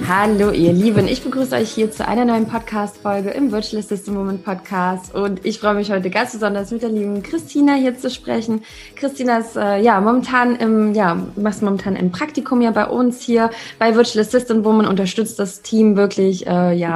Hallo ihr Lieben, ich begrüße euch hier zu einer neuen Podcast-Folge im Virtual Assistant Woman Podcast und ich freue mich heute ganz besonders mit der lieben Christina hier zu sprechen. Christina ist momentan im Praktikum ja bei uns hier bei Virtual Assistant Woman, unterstützt das Team wirklich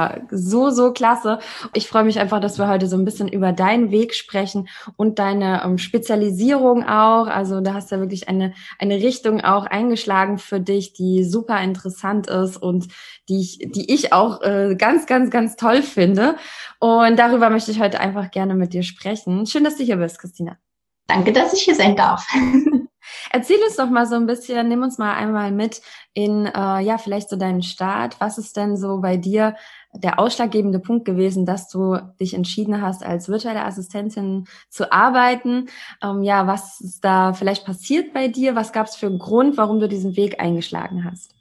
so klasse. Ich freue mich einfach, dass wir heute so ein bisschen über deinen Weg sprechen und deine Spezialisierung auch. Also da hast du ja wirklich eine Richtung auch eingeschlagen für dich, die super interessant ist und die ich auch ganz toll finde. Und darüber möchte ich heute einfach gerne mit dir sprechen. Schön, dass du hier bist, Christina. Danke, dass ich hier sein darf. Erzähl uns doch mal so ein bisschen, nimm uns mal einmal mit in, vielleicht so deinen Start. Was ist denn so bei dir der ausschlaggebende Punkt gewesen, dass du dich entschieden hast, als virtuelle Assistentin zu arbeiten? Was ist da vielleicht passiert bei dir? Was gab es für einen Grund, warum du diesen Weg eingeschlagen hast?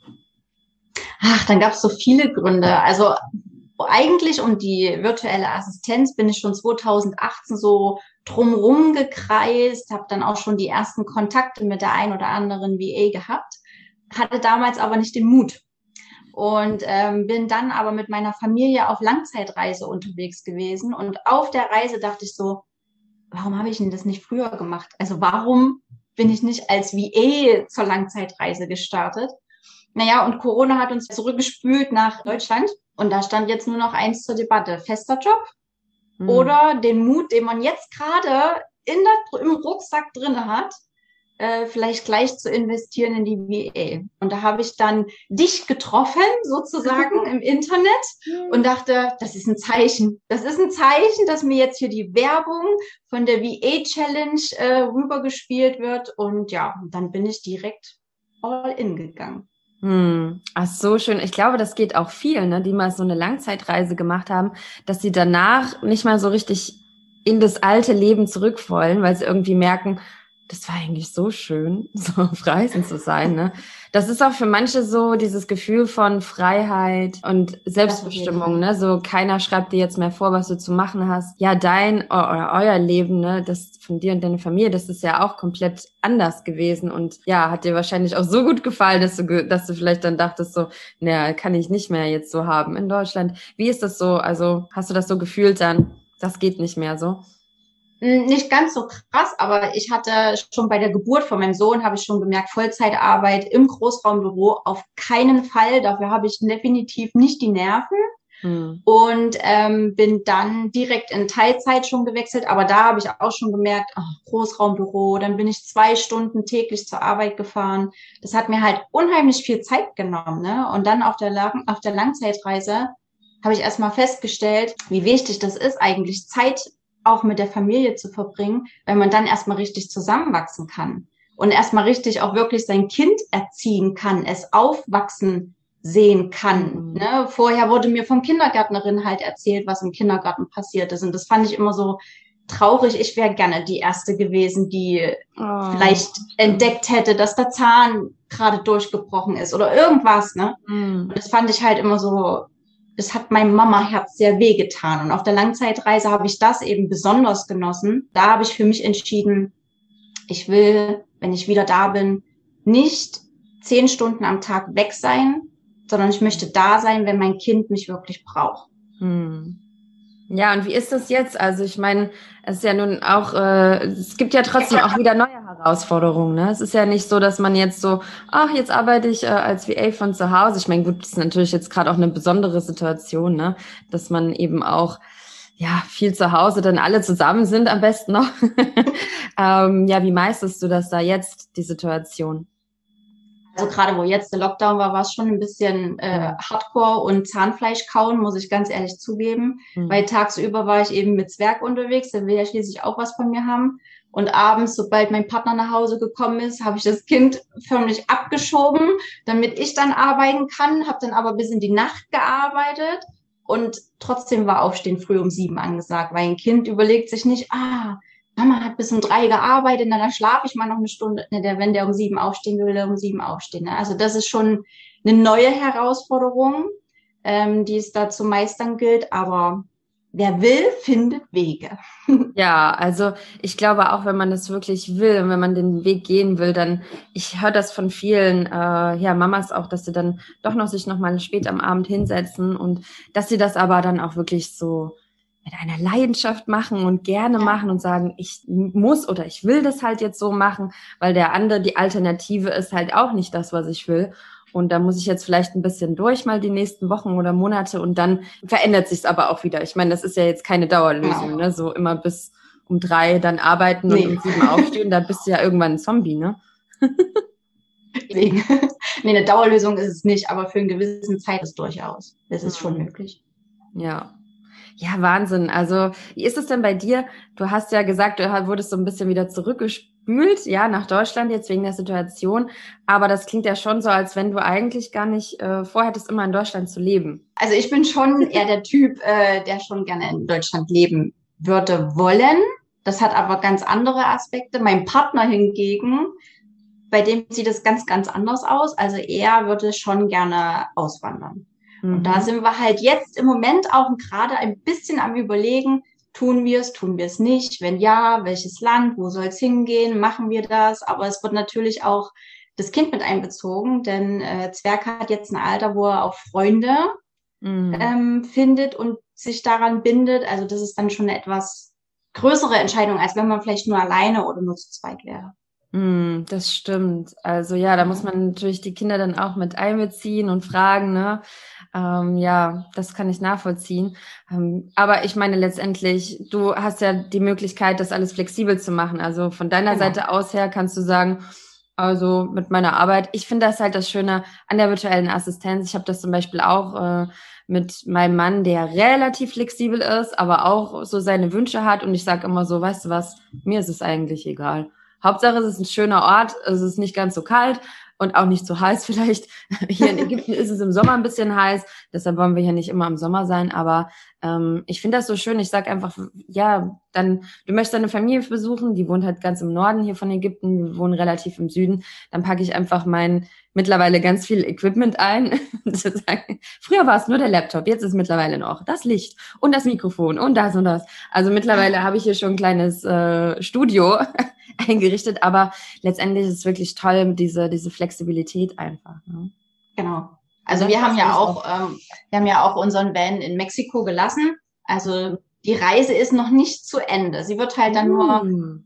Ach, dann gab es so viele Gründe. Also eigentlich um die virtuelle Assistenz bin ich schon 2018 so drumherum gekreist, habe dann auch schon die ersten Kontakte mit der ein oder anderen VA gehabt, hatte damals aber nicht den Mut und bin dann aber mit meiner Familie auf Langzeitreise unterwegs gewesen. Und auf der Reise dachte ich so, warum habe ich denn das nicht früher gemacht? Also warum bin ich nicht als VA zur Langzeitreise gestartet? Naja, und Corona hat uns zurückgespült nach Deutschland. Und da stand jetzt nur noch eins zur Debatte. Fester Job oder den Mut, den man jetzt gerade im Rucksack drin hat, vielleicht gleich zu investieren in die VA. Und da habe ich dann dich getroffen, sozusagen, im Internet und dachte, das ist ein Zeichen. Das ist ein Zeichen, dass mir jetzt hier die Werbung von der VA-Challenge rübergespielt wird. Und ja, dann bin ich direkt all in gegangen. Ach, so schön. Ich glaube, das geht auch vielen, ne, die mal so eine Langzeitreise gemacht haben, dass sie danach nicht mal so richtig in das alte Leben zurück wollen, weil sie irgendwie merken, das war eigentlich so schön, so auf Reisen zu sein, ne? Das ist auch für manche so dieses Gefühl von Freiheit und Selbstbestimmung, ne? So keiner schreibt dir jetzt mehr vor, was du zu machen hast. Ja, dein oder euer Leben, ne? Das von dir und deiner Familie, das ist ja auch komplett anders gewesen und ja, hat dir wahrscheinlich auch so gut gefallen, dass du vielleicht dann dachtest so, naja, kann ich nicht mehr jetzt so haben in Deutschland. Wie ist das so? Also hast du das so gefühlt dann? Das geht nicht mehr so? Nicht ganz so krass, aber ich hatte schon bei der Geburt von meinem Sohn, habe ich schon gemerkt, Vollzeitarbeit im Großraumbüro auf keinen Fall. Dafür habe ich definitiv nicht die Nerven. Und bin dann direkt in Teilzeit schon gewechselt. Aber da habe ich auch schon gemerkt, Großraumbüro, dann bin ich 2 Stunden täglich zur Arbeit gefahren. Das hat mir halt unheimlich viel Zeit genommen. Ne? Und dann auf der Langzeitreise habe ich erstmal festgestellt, wie wichtig das ist, eigentlich Zeit auch mit der Familie zu verbringen, weil man dann erstmal richtig zusammenwachsen kann und erstmal richtig auch wirklich sein Kind erziehen kann, es aufwachsen sehen kann. Ne? Vorher wurde mir von Kindergärtnerin halt erzählt, was im Kindergarten passiert ist. Und das fand ich immer so traurig. Ich wäre gerne die Erste gewesen, die vielleicht entdeckt hätte, dass der Zahn gerade durchgebrochen ist oder irgendwas. Ne? Und das fand ich halt immer so, das hat meinem Mama-Herz sehr wehgetan. Und auf der Langzeitreise habe ich das eben besonders genossen. Da habe ich für mich entschieden, ich will, wenn ich wieder da bin, nicht 10 Stunden am Tag weg sein, sondern ich möchte da sein, wenn mein Kind mich wirklich braucht. Ja, und wie ist das jetzt? Also ich meine, es ist ja nun auch, es gibt ja trotzdem auch wieder neue Herausforderungen, ne? Es ist ja nicht so, dass man jetzt so, jetzt arbeite ich als VA von zu Hause. Ich meine, gut, das ist natürlich jetzt gerade auch eine besondere Situation, ne? Dass man eben auch viel zu Hause dann alle zusammen sind am besten noch. Wie meisterst du das da jetzt, die Situation? Also gerade wo jetzt der Lockdown war, war es schon ein bisschen Hardcore und Zahnfleisch kauen, muss ich ganz ehrlich zugeben. Weil tagsüber war ich eben mit Zwerg unterwegs, der will ja schließlich auch was von mir haben. Und abends, sobald mein Partner nach Hause gekommen ist, habe ich das Kind förmlich abgeschoben, damit ich dann arbeiten kann, habe dann aber bis in die Nacht gearbeitet. Und trotzdem war Aufstehen früh um 7 angesagt, weil ein Kind überlegt sich nicht, Mama hat bis um 3 gearbeitet, na, dann schlafe ich mal noch eine Stunde. Ne, wenn der um 7 aufstehen will, will er um 7 aufstehen. Ne? Also das ist schon eine neue Herausforderung, die es da zu meistern gilt. Aber wer will, findet Wege. Ja, also ich glaube auch, wenn man das wirklich will und wenn man den Weg gehen will, dann, ich höre das von vielen, ja, Mamas auch, dass sie dann doch noch sich noch mal spät am Abend hinsetzen und dass sie das aber dann auch wirklich so mit einer Leidenschaft machen und gerne machen und sagen, ich muss oder ich will das halt jetzt so machen, weil der andere, die Alternative ist halt auch nicht das, was ich will. Und da muss ich jetzt vielleicht ein bisschen durch mal die nächsten Wochen oder Monate und dann verändert sich's aber auch wieder. Ich meine, das ist ja jetzt keine Dauerlösung, ne? So immer bis um 3 dann arbeiten und um 7 aufstehen, da bist du ja irgendwann ein Zombie, ne? Deswegen. Nee, eine Dauerlösung ist es nicht, aber für einen gewissen Zeit ist durchaus. Das ist schon möglich. Ja. Ja, Wahnsinn. Also, wie ist es denn bei dir? Du hast ja gesagt, du wurdest so ein bisschen wieder zurückgespült, ja, nach Deutschland jetzt wegen der Situation. Aber das klingt ja schon so, als wenn du eigentlich gar nicht vorhättest, immer in Deutschland zu leben. Also ich bin schon eher der Typ, der schon gerne in Deutschland leben würde wollen. Das hat aber ganz andere Aspekte. Mein Partner hingegen, bei dem sieht es ganz, ganz anders aus. Also er würde schon gerne auswandern. Und da sind wir halt jetzt im Moment auch gerade ein bisschen am Überlegen, tun wir es nicht? Wenn ja, welches Land, wo soll es hingehen? Machen wir das? Aber es wird natürlich auch das Kind mit einbezogen, denn Zwerg hat jetzt ein Alter, wo er auch Freunde findet und sich daran bindet. Also das ist dann schon eine etwas größere Entscheidung, als wenn man vielleicht nur alleine oder nur zu zweit wäre. Das stimmt. Also ja, da muss man natürlich die Kinder dann auch mit einbeziehen und fragen, ne? Ja, das kann ich nachvollziehen. Aber ich meine letztendlich, du hast ja die Möglichkeit, das alles flexibel zu machen. Also von deiner Seite aus her kannst du sagen, also mit meiner Arbeit, ich finde das halt das Schöne an der virtuellen Assistenz. Ich habe das zum Beispiel auch mit meinem Mann, der relativ flexibel ist, aber auch so seine Wünsche hat. Und ich sage immer so, weißt du was, mir ist es eigentlich egal. Hauptsache, es ist ein schöner Ort, es ist nicht ganz so kalt und auch nicht so heiß vielleicht. Hier in Ägypten ist es im Sommer ein bisschen heiß, deshalb wollen wir hier nicht immer im Sommer sein, aber ich finde das so schön. Ich sag einfach, ja, dann, du möchtest deine Familie besuchen, die wohnt halt ganz im Norden hier von Ägypten, wir wohnen relativ im Süden, dann packe ich einfach mein mittlerweile ganz viel Equipment ein. Früher war es nur der Laptop, jetzt ist mittlerweile noch das Licht und das Mikrofon und das und das. Also mittlerweile habe ich hier schon ein kleines Studio eingerichtet, aber letztendlich ist es wirklich toll, diese Flexibilität einfach. Ne? Genau. Also wir haben ja auch unseren Van in Mexiko gelassen. Also die Reise ist noch nicht zu Ende. Sie wird halt dann nur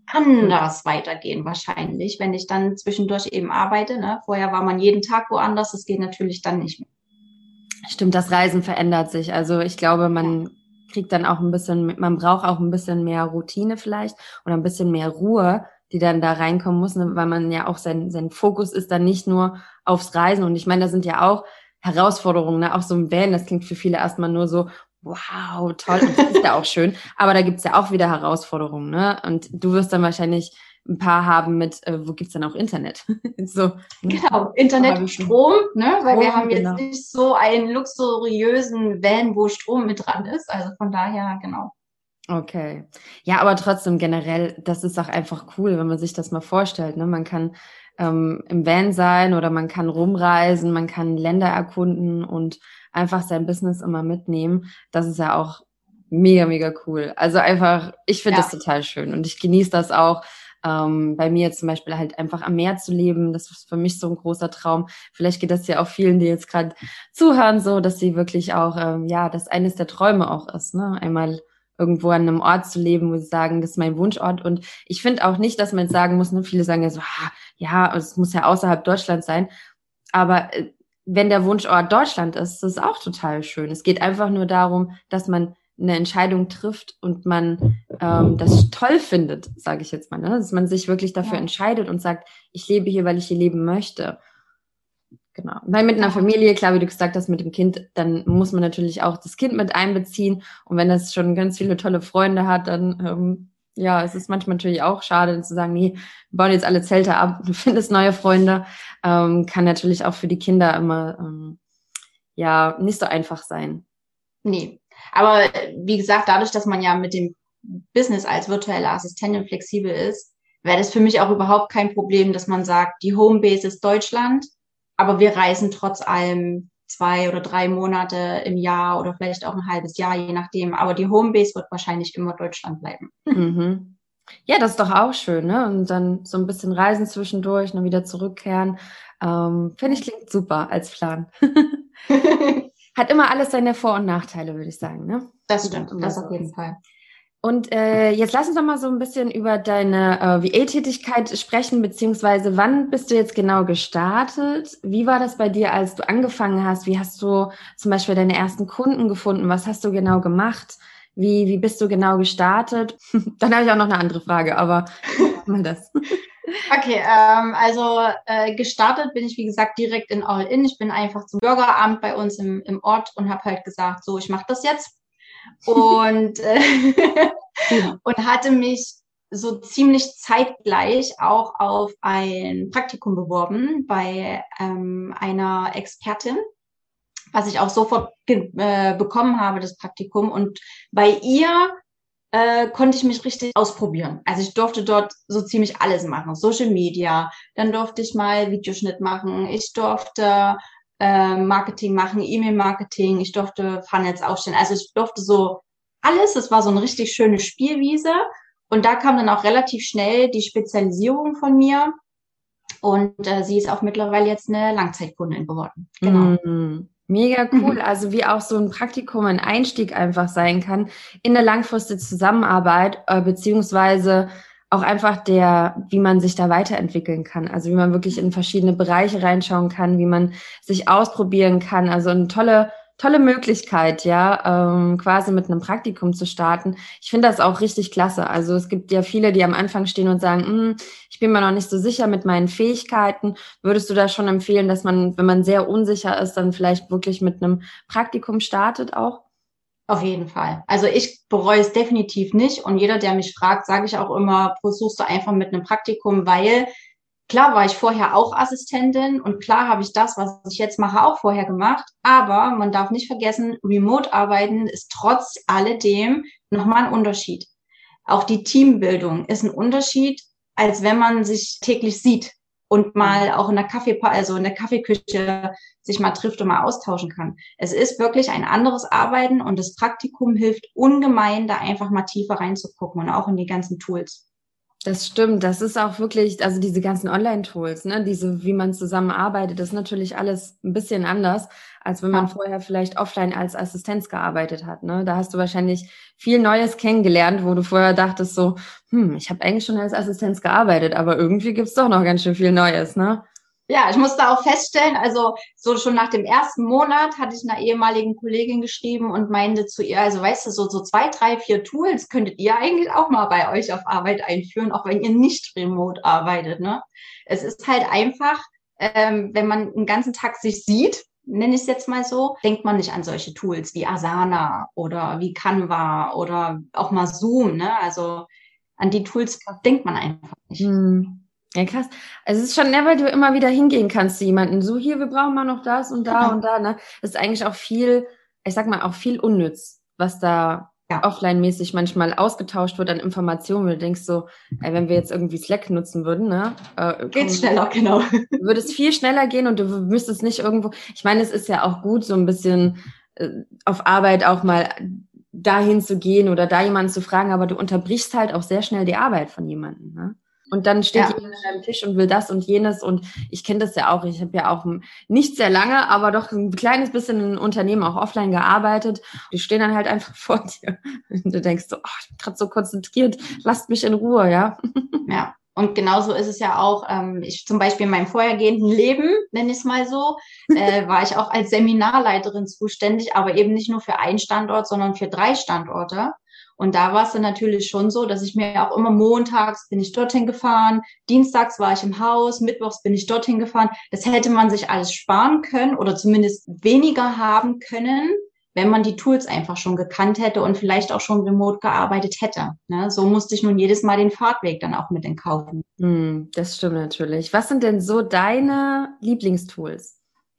anders weitergehen wahrscheinlich, wenn ich dann zwischendurch eben arbeite. Ne? Vorher war man jeden Tag woanders. Das geht natürlich dann nicht mehr. Stimmt, das Reisen verändert sich. Also ich glaube, man kriegt dann auch ein bisschen, man braucht auch ein bisschen mehr Routine vielleicht oder ein bisschen mehr Ruhe, die dann da reinkommen muss, ne? Weil man ja auch sein Fokus ist dann nicht nur aufs Reisen. Und ich meine, da sind ja auch Herausforderungen, ne? Auch so ein Van, das klingt für viele erstmal nur so, wow, toll, und das ist ja auch schön. Aber da gibt's ja auch wieder Herausforderungen, ne? Und du wirst dann wahrscheinlich ein paar haben mit, wo gibt's dann auch Internet? So. Genau, Internet, Strom, ne? Weil wir haben jetzt nicht so einen luxuriösen Van, wo Strom mit dran ist. Also von daher, genau. Okay. Ja, aber trotzdem generell, das ist auch einfach cool, wenn man sich das mal vorstellt, ne? Man kann im Van sein oder man kann rumreisen, man kann Länder erkunden und einfach sein Business immer mitnehmen. Das ist ja auch mega, mega cool. Also einfach, ich finde das total schön und ich genieße das auch. Bei mir zum Beispiel halt einfach am Meer zu leben, das ist für mich so ein großer Traum. Vielleicht geht das ja auch vielen, die jetzt gerade zuhören, so, dass sie wirklich auch, ja, das eines der Träume auch ist, ne? Einmal irgendwo an einem Ort zu leben, wo sie sagen, das ist mein Wunschort. Und ich finde auch nicht, dass man jetzt sagen muss, ne, viele sagen ja so, ja, es muss ja außerhalb Deutschlands sein. Aber wenn der Wunschort Deutschland ist, das ist auch total schön. Es geht einfach nur darum, dass man eine Entscheidung trifft und man das toll findet, sage ich jetzt mal, ne? Dass man sich wirklich dafür entscheidet und sagt, ich lebe hier, weil ich hier leben möchte. Genau. Weil mit einer Familie, klar, wie du gesagt hast, mit dem Kind, dann muss man natürlich auch das Kind mit einbeziehen. Und wenn das schon ganz viele tolle Freunde hat, dann, ja, es ist manchmal natürlich auch schade zu sagen, nee, wir bauen jetzt alle Zelte ab, du findest neue Freunde. Kann natürlich auch für die Kinder immer, ja, nicht so einfach sein. Nee. Aber wie gesagt, dadurch, dass man ja mit dem Business als virtuelle Assistentin flexibel ist, wäre das für mich auch überhaupt kein Problem, dass man sagt, die Homebase ist Deutschland, aber wir reisen trotz allem 2 oder 3 Monate im Jahr oder vielleicht auch ein halbes Jahr, je nachdem. Aber die Homebase wird wahrscheinlich immer Deutschland bleiben. Mhm. Ja, das ist doch auch schön, ne? Und dann so ein bisschen reisen zwischendurch, dann wieder zurückkehren. Finde ich, klingt super als Plan. Hat immer alles seine Vor- und Nachteile, würde ich sagen, ne? Das stimmt, das auf jeden Fall. Und jetzt lass uns doch mal so ein bisschen über deine VA-Tätigkeit sprechen, beziehungsweise wann bist du jetzt genau gestartet? Wie war das bei dir, als du angefangen hast? Wie hast du zum Beispiel deine ersten Kunden gefunden? Was hast du genau gemacht? Wie bist du genau gestartet? Dann habe ich auch noch eine andere Frage, aber mal das. Okay, gestartet bin ich, wie gesagt, direkt in All-In. Ich bin einfach zum Bürgeramt bei uns im Ort und habe halt gesagt, so, ich mache das jetzt. Und, und hatte mich so ziemlich zeitgleich auch auf ein Praktikum beworben bei einer Expertin, was ich auch sofort bekommen habe, das Praktikum. Und bei ihr konnte ich mich richtig ausprobieren. Also ich durfte dort so ziemlich alles machen. Social Media, dann durfte ich mal Videoschnitt machen, ich durfte Marketing machen, E-Mail-Marketing, ich durfte Funnels aufstellen. Also ich durfte so alles. Es war so eine richtig schöne Spielwiese. Und da kam dann auch relativ schnell die Spezialisierung von mir. Und sie ist auch mittlerweile jetzt eine Langzeitkundin geworden. Genau. Mega cool. Also wie auch so ein Praktikum ein Einstieg einfach sein kann in eine langfristige Zusammenarbeit, beziehungsweise auch einfach wie man sich da weiterentwickeln kann. Also wie man wirklich in verschiedene Bereiche reinschauen kann, wie man sich ausprobieren kann. Also eine tolle Möglichkeit, ja, quasi mit einem Praktikum zu starten. Ich finde das auch richtig klasse. Also es gibt ja viele, die am Anfang stehen und sagen, ich bin mir noch nicht so sicher mit meinen Fähigkeiten. Würdest du da schon empfehlen, dass man, wenn man sehr unsicher ist, dann vielleicht wirklich mit einem Praktikum startet auch? Auf jeden Fall. Also ich bereue es definitiv nicht. Und jeder, der mich fragt, sage ich auch immer, versuchst du einfach mit einem Praktikum, weil klar war ich vorher auch Assistentin und klar habe ich das, was ich jetzt mache, auch vorher gemacht. Aber man darf nicht vergessen, Remote-Arbeiten ist trotz alledem nochmal ein Unterschied. Auch die Teambildung ist ein Unterschied, als wenn man sich täglich sieht und mal auch in der also in der Kaffeeküche sich mal trifft und mal austauschen kann. Es ist wirklich ein anderes Arbeiten und das Praktikum hilft ungemein, da einfach mal tiefer reinzugucken und auch in die ganzen Tools. Das stimmt, das ist auch wirklich, also diese ganzen Online-Tools, ne, wie man zusammenarbeitet, das ist natürlich alles ein bisschen anders, als wenn man vorher vielleicht offline als Assistenz gearbeitet hat, ne? Da hast du wahrscheinlich viel Neues kennengelernt, wo du vorher dachtest so, ich habe eigentlich schon als Assistenz gearbeitet, aber irgendwie gibt's doch noch ganz schön viel Neues, ne? Ja, ich musste auch feststellen, also so schon nach dem ersten Monat hatte ich einer ehemaligen Kollegin geschrieben und meinte zu ihr, also weißt du, so 2, 3, 4 Tools könntet ihr eigentlich auch mal bei euch auf Arbeit einführen, auch wenn ihr nicht remote arbeitet, ne? Es ist halt einfach, wenn man den ganzen Tag sich sieht, nenne ich es jetzt mal so, denkt man nicht an solche Tools wie Asana oder wie Canva oder auch mal Zoom, ne? Also an die Tools denkt man einfach nicht. Ja, krass. Also es ist schon nett, weil du immer wieder hingehen kannst zu jemandem. So, hier, wir brauchen mal noch das und da und da, ne? Das ist eigentlich auch viel, ich sag mal, auch viel unnütz, was da offline-mäßig manchmal ausgetauscht wird an Informationen. Du denkst so, ey, wenn wir jetzt irgendwie Slack nutzen würden, ne? Geht's schneller, genau. Würde es viel schneller gehen und du müsstest nicht irgendwo, ich meine, es ist ja auch gut, so ein bisschen auf Arbeit auch mal dahin zu gehen oder da jemanden zu fragen, aber du unterbrichst halt auch sehr schnell die Arbeit von jemandem, ne? Und dann steht jemand an deinem Tisch und will das und jenes und ich kenne das ja auch, ich habe ja auch nicht sehr lange, aber doch ein kleines bisschen in Unternehmen auch offline gearbeitet. Die stehen dann halt einfach vor dir und du denkst so, ich bin gerade so konzentriert, lasst mich in Ruhe, ja. Ja, und genauso ist es ja auch, ich zum Beispiel in meinem vorhergehenden Leben, nenne ich es mal so, war ich auch als Seminarleiterin zuständig, aber eben nicht nur für einen Standort, sondern für 3 Standorte. Und da war es dann natürlich schon so, dass ich mir auch immer montags bin ich dorthin gefahren, dienstags war ich im Haus, mittwochs bin ich dorthin gefahren. Das hätte man sich alles sparen können oder zumindest weniger haben können, wenn man die Tools einfach schon gekannt hätte und vielleicht auch schon remote gearbeitet hätte. Ne? So musste ich nun jedes Mal den Fahrtweg dann auch mit in Kauf nehmen. Das stimmt natürlich. Was sind denn so deine Lieblingstools?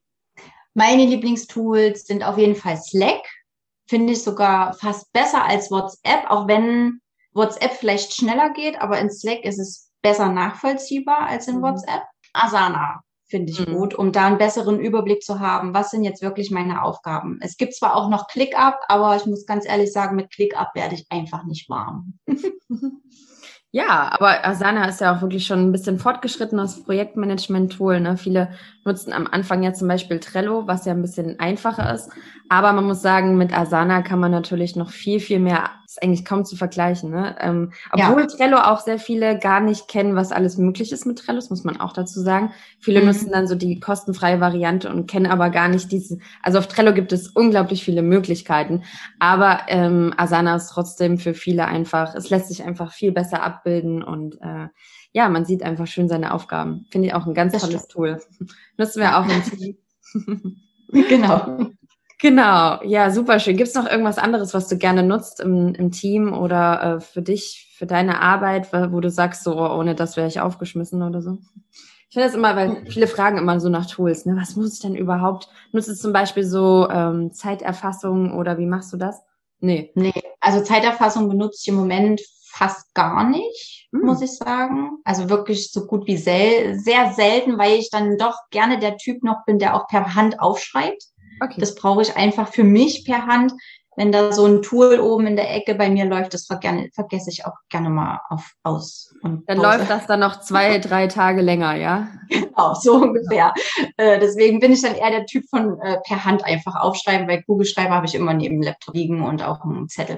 Meine Lieblingstools sind auf jeden Fall Slack. Finde ich sogar fast besser als WhatsApp, auch wenn WhatsApp vielleicht schneller geht, aber in Slack ist es besser nachvollziehbar als in WhatsApp. Asana finde ich gut, um da einen besseren Überblick zu haben, was sind jetzt wirklich meine Aufgaben. Es gibt zwar auch noch ClickUp, aber ich muss ganz ehrlich sagen, mit ClickUp werde ich einfach nicht warm. Ja, aber Asana ist ja auch wirklich schon ein bisschen fortgeschrittenes Projektmanagement-Tool, ne? Viele nutzen am Anfang ja zum Beispiel Trello, was ja ein bisschen einfacher ist. Aber man muss sagen, mit Asana kann man natürlich noch viel, viel mehr, ist eigentlich kaum zu vergleichen, ne? Obwohl Trello auch sehr viele gar nicht kennen, was alles möglich ist mit Trello, das muss man auch dazu sagen. Viele nutzen dann so die kostenfreie Variante und kennen aber gar nicht also auf Trello gibt es unglaublich viele Möglichkeiten. Aber Asana ist trotzdem für viele einfach, es lässt sich einfach viel besser abbilden und ja, man sieht einfach schön seine Aufgaben. Finde ich auch ein ganz tolles Tool. Nutzen wir auch im Team. Genau. Genau, ja, super schön. Gibt es noch irgendwas anderes, was du gerne nutzt im Team oder für dich, für deine Arbeit, wo du sagst, so ohne das wäre ich aufgeschmissen oder so? Ich finde das immer, weil viele fragen immer so nach Tools, ne? Was muss ich denn überhaupt? Nutzt du zum Beispiel so Zeiterfassung oder wie machst du das? Nee, also Zeiterfassung benutze ich im Moment fast gar nicht, muss ich sagen. Also wirklich so gut wie sehr selten, weil ich dann doch gerne der Typ noch bin, der auch per Hand aufschreibt. okay. Das brauche ich einfach für mich per Hand. Wenn da so ein Tool oben in der Ecke bei mir läuft, das vergesse ich auch gerne mal aus. Und Dann läuft das dann noch 2, 3 Tage länger, ja? Genau, so ungefähr. Deswegen bin ich dann eher der Typ von per Hand einfach aufschreiben, weil Kugelschreiber habe ich immer neben dem Laptop liegen und auch einen Zettel.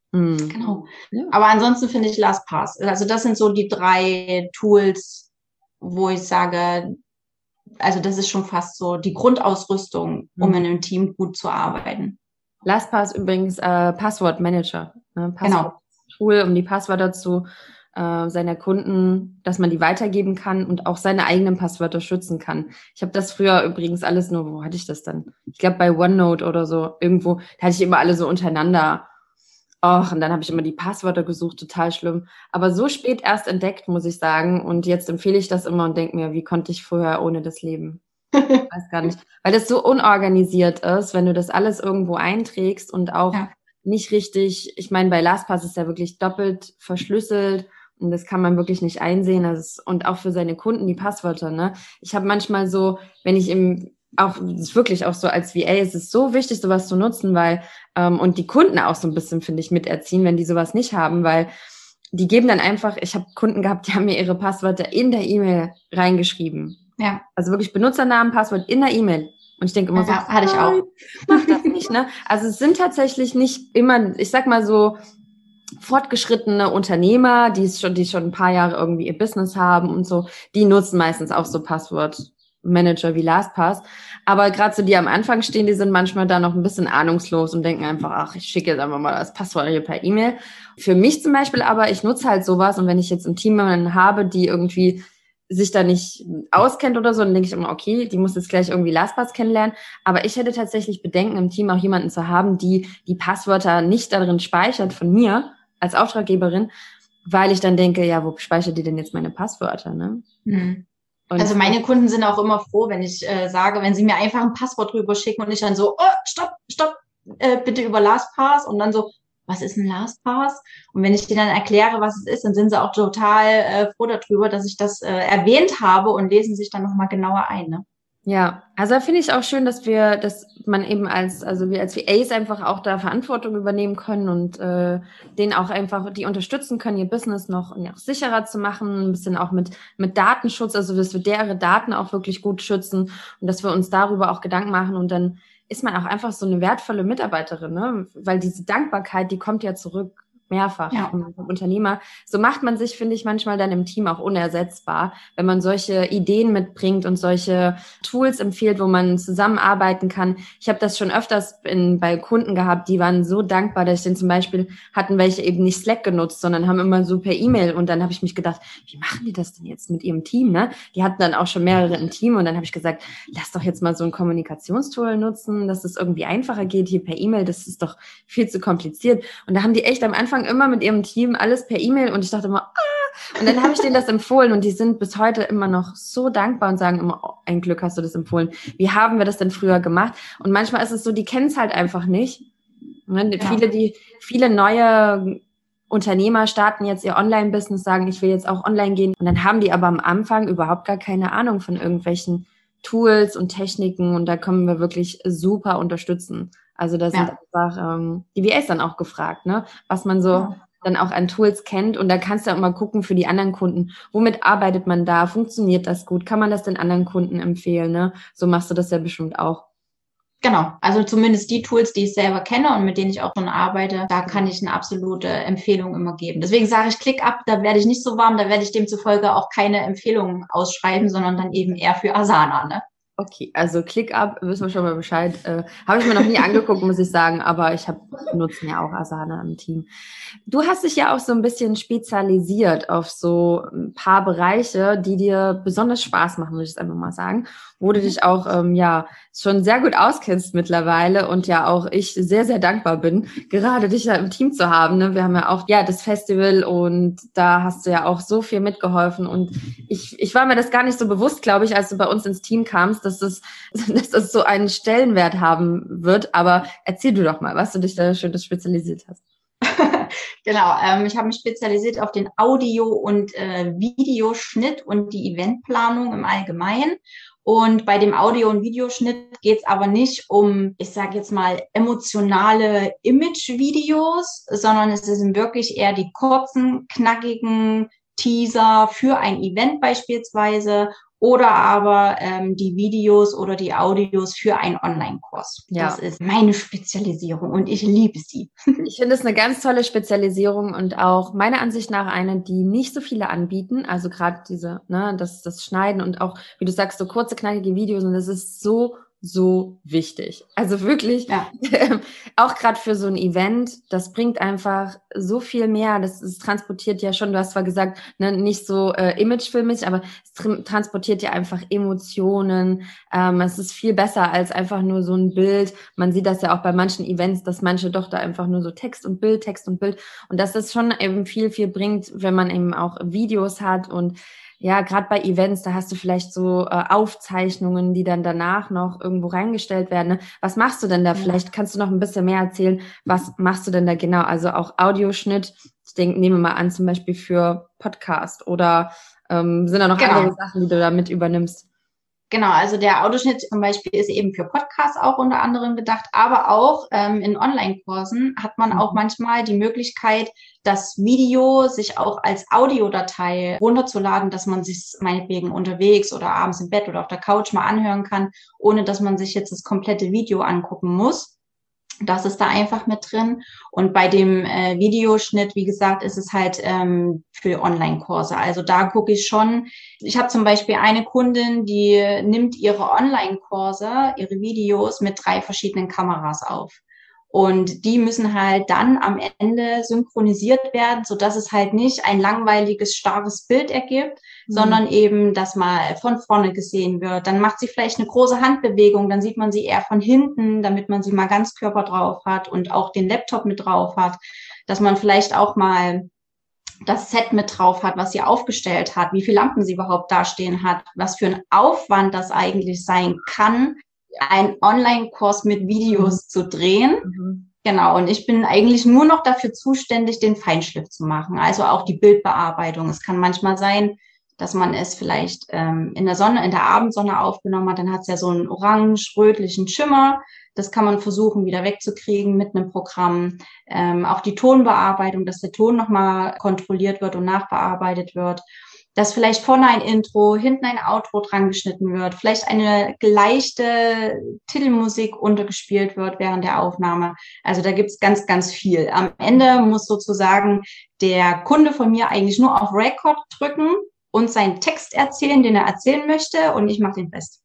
Genau. Ja. Aber ansonsten finde ich LastPass. Also das sind so die 3 Tools, wo ich sage, also das ist schon fast so die Grundausrüstung, um in einem Team gut zu arbeiten. LastPass übrigens Passwortmanager. Ne? Passwort-Tool, um die Passwörter zu seiner Kunden, dass man die weitergeben kann und auch seine eigenen Passwörter schützen kann. Ich habe das früher übrigens alles nur, wo hatte ich das dann? Ich glaube bei OneNote oder so, irgendwo, da hatte ich immer alle so untereinander. Och, und dann habe ich immer die Passwörter gesucht, total schlimm. Aber so spät erst entdeckt, muss ich sagen. Und jetzt empfehle ich das immer und denke mir, wie konnte ich vorher ohne das leben? Ich weiß gar nicht. Weil das so unorganisiert ist, wenn du das alles irgendwo einträgst und auch nicht richtig, ich meine, bei LastPass ist ja wirklich doppelt verschlüsselt und das kann man wirklich nicht einsehen. Und auch für seine Kunden die Passwörter, ne? Ich habe manchmal so, wenn ich das ist wirklich auch so als VA, es ist so wichtig, sowas zu nutzen, weil und die Kunden auch so ein bisschen, finde ich, miterziehen, wenn die sowas nicht haben, weil die geben dann einfach, ich habe Kunden gehabt, die haben mir ihre Passwörter in der E-Mail reingeschrieben. Ja. Also wirklich Benutzernamen, Passwort in der E-Mail. Und ich denke immer so, hatte ich auch. Mach das nicht, ne? Also es sind tatsächlich nicht immer, ich sag mal so, fortgeschrittene Unternehmer, die schon ein paar Jahre irgendwie ihr Business haben und so, die nutzen meistens auch so Passwortmanager wie LastPass. Aber gerade so die am Anfang stehen, die sind manchmal da noch ein bisschen ahnungslos und denken einfach, ach, ich schicke jetzt einfach mal das Passwort hier per E-Mail. Für mich zum Beispiel aber, ich nutze halt sowas und wenn ich jetzt im Team jemanden habe, die irgendwie sich da nicht auskennt oder so, dann denke ich immer, okay, die muss jetzt gleich irgendwie LastPass kennenlernen. Aber ich hätte tatsächlich Bedenken, im Team auch jemanden zu haben, die Passwörter nicht darin speichert von mir als Auftraggeberin, weil ich dann denke, ja, wo speichert die denn jetzt meine Passwörter, ne? Also meine Kunden sind auch immer froh, wenn ich sage, wenn sie mir einfach ein Passwort rüber schicken und ich dann so, oh, stopp, bitte über LastPass und dann so, was ist ein LastPass? Und wenn ich denen dann erkläre, was es ist, dann sind sie auch total froh darüber, dass ich das erwähnt habe und lesen sich dann nochmal genauer ein, ne? Ja, also finde ich auch schön, dass man eben wir als VAs einfach auch da Verantwortung übernehmen können und denen auch einfach die unterstützen können, ihr Business noch sicherer zu machen, ein bisschen auch mit Datenschutz, also dass wir deren Daten auch wirklich gut schützen und dass wir uns darüber auch Gedanken machen und dann ist man auch einfach so eine wertvolle Mitarbeiterin, ne? Weil diese Dankbarkeit, die kommt ja zurück. Mehrfach vom Unternehmer. So macht man sich, finde ich, manchmal dann im Team auch unersetzbar, wenn man solche Ideen mitbringt und solche Tools empfiehlt, wo man zusammenarbeiten kann. Ich habe das schon öfters bei Kunden gehabt, die waren so dankbar, dass ich den zum Beispiel hatten welche eben nicht Slack genutzt, sondern haben immer so per E-Mail und dann habe ich mich gedacht, wie machen die das denn jetzt mit ihrem Team, ne? Die hatten dann auch schon mehrere im Team und dann habe ich gesagt, lass doch jetzt mal so ein Kommunikationstool nutzen, dass es irgendwie einfacher geht hier per E-Mail, das ist doch viel zu kompliziert. Und da haben die echt am Anfang immer mit ihrem Team alles per E-Mail und ich dachte immer, und dann habe ich denen das empfohlen und die sind bis heute immer noch so dankbar und sagen immer, oh, ein Glück hast du das empfohlen. Wie haben wir das denn früher gemacht? Und manchmal ist es so, die kennen es halt einfach nicht. Viele neue Unternehmer starten jetzt ihr Online-Business, sagen, ich will jetzt auch online gehen und dann haben die aber am Anfang überhaupt gar keine Ahnung von irgendwelchen Tools und Techniken und da können wir wirklich super unterstützen. Also da sind einfach die VAs dann auch gefragt, ne? Was man so dann auch an Tools kennt und da kannst du auch mal gucken für die anderen Kunden, womit arbeitet man da, funktioniert das gut, kann man das den anderen Kunden empfehlen, ne? So machst du das ja bestimmt auch. Genau, also zumindest die Tools, die ich selber kenne und mit denen ich auch schon arbeite, da kann ich eine absolute Empfehlung immer geben. Deswegen sage ich ClickUp, da werde ich nicht so warm, da werde ich demzufolge auch keine Empfehlungen ausschreiben, sondern dann eben eher für Asana, ne? Okay, also ClickUp, wissen wir schon mal Bescheid. Habe ich mir noch nie angeguckt, muss ich sagen, aber nutzen ja auch Asana im Team. Du hast dich ja auch so ein bisschen spezialisiert auf so ein paar Bereiche, die dir besonders Spaß machen, würde ich jetzt einfach mal sagen, wo du dich auch schon sehr gut auskennst mittlerweile und ja auch ich sehr, sehr dankbar bin, gerade dich da im Team zu haben. Ne? Wir haben ja auch das Festival und da hast du ja auch so viel mitgeholfen und ich war mir das gar nicht so bewusst, glaube ich, als du bei uns ins Team kamst, dass das so einen Stellenwert haben wird. Aber erzähl du doch mal, was du dich da schön spezialisiert hast. Genau, ich habe mich spezialisiert auf den Audio- und Videoschnitt und die Eventplanung im Allgemeinen. Und bei dem Audio- und Videoschnitt geht es aber nicht um, ich sage jetzt mal, emotionale Image-Videos, sondern es sind wirklich eher die kurzen, knackigen Teaser für ein Event beispielsweise oder aber die Videos oder die Audios für einen Online-Kurs. Ja. Das ist meine Spezialisierung und ich liebe sie. Ich finde es eine ganz tolle Spezialisierung und auch meiner Ansicht nach eine, die nicht so viele anbieten. Also gerade diese, ne, das Schneiden und auch, wie du sagst, so kurze, knackige Videos und das ist so wichtig. Also wirklich, auch gerade für so ein Event, das bringt einfach so viel mehr. Das transportiert ja schon, du hast zwar gesagt, ne, nicht so imagefilmig, aber es transportiert ja einfach Emotionen. Es ist viel besser als einfach nur so ein Bild. Man sieht das ja auch bei manchen Events, dass manche doch da einfach nur so Text und Bild. Und dass das schon eben viel bringt, wenn man eben auch Videos hat und ja, gerade bei Events, da hast du vielleicht so Aufzeichnungen, die dann danach noch irgendwo reingestellt werden. Ne? Was machst du denn da? Vielleicht kannst du noch ein bisschen mehr erzählen. Was machst du denn da genau? Also auch Audioschnitt, ich denke, nehmen wir mal an, zum Beispiel für Podcast oder sind da noch andere Sachen, die du da mit übernimmst? Genau, also der Audioschnitt zum Beispiel ist eben für Podcasts auch unter anderem gedacht, aber auch in Online-Kursen hat man auch manchmal die Möglichkeit, das Video sich auch als Audiodatei runterzuladen, dass man sich meinetwegen unterwegs oder abends im Bett oder auf der Couch mal anhören kann, ohne dass man sich jetzt das komplette Video angucken muss. Das ist da einfach mit drin. Und bei dem Videoschnitt, wie gesagt, ist es halt für Online-Kurse. Also da gucke ich schon. Ich habe zum Beispiel eine Kundin, die nimmt ihre Online-Kurse, ihre Videos mit 3 verschiedenen Kameras auf. Und die müssen halt dann am Ende synchronisiert werden, so dass es halt nicht ein langweiliges, starres Bild ergibt, sondern eben, dass mal von vorne gesehen wird. Dann macht sie vielleicht eine große Handbewegung, dann sieht man sie eher von hinten, damit man sie mal ganz Körper drauf hat und auch den Laptop mit drauf hat, dass man vielleicht auch mal das Set mit drauf hat, was sie aufgestellt hat, wie viele Lampen sie überhaupt dastehen hat, was für ein Aufwand das eigentlich sein kann, einen Online-Kurs mit Videos zu drehen. Genau, und ich bin eigentlich nur noch dafür zuständig, den Feinschliff zu machen, also auch die Bildbearbeitung. Es kann manchmal sein, dass man es vielleicht in der Sonne, in der Abendsonne aufgenommen hat, dann hat es ja so einen orange-rötlichen Schimmer. Das kann man versuchen, wieder wegzukriegen mit einem Programm. Auch die Tonbearbeitung, dass der Ton nochmal kontrolliert wird und nachbearbeitet wird. Dass vielleicht vorne ein Intro, hinten ein Outro dran geschnitten wird, vielleicht eine leichte Titelmusik untergespielt wird während der Aufnahme. Also da gibt's ganz, ganz viel. Am Ende muss sozusagen der Kunde von mir eigentlich nur auf Record drücken und seinen Text erzählen, den er erzählen möchte, und ich mache den Rest.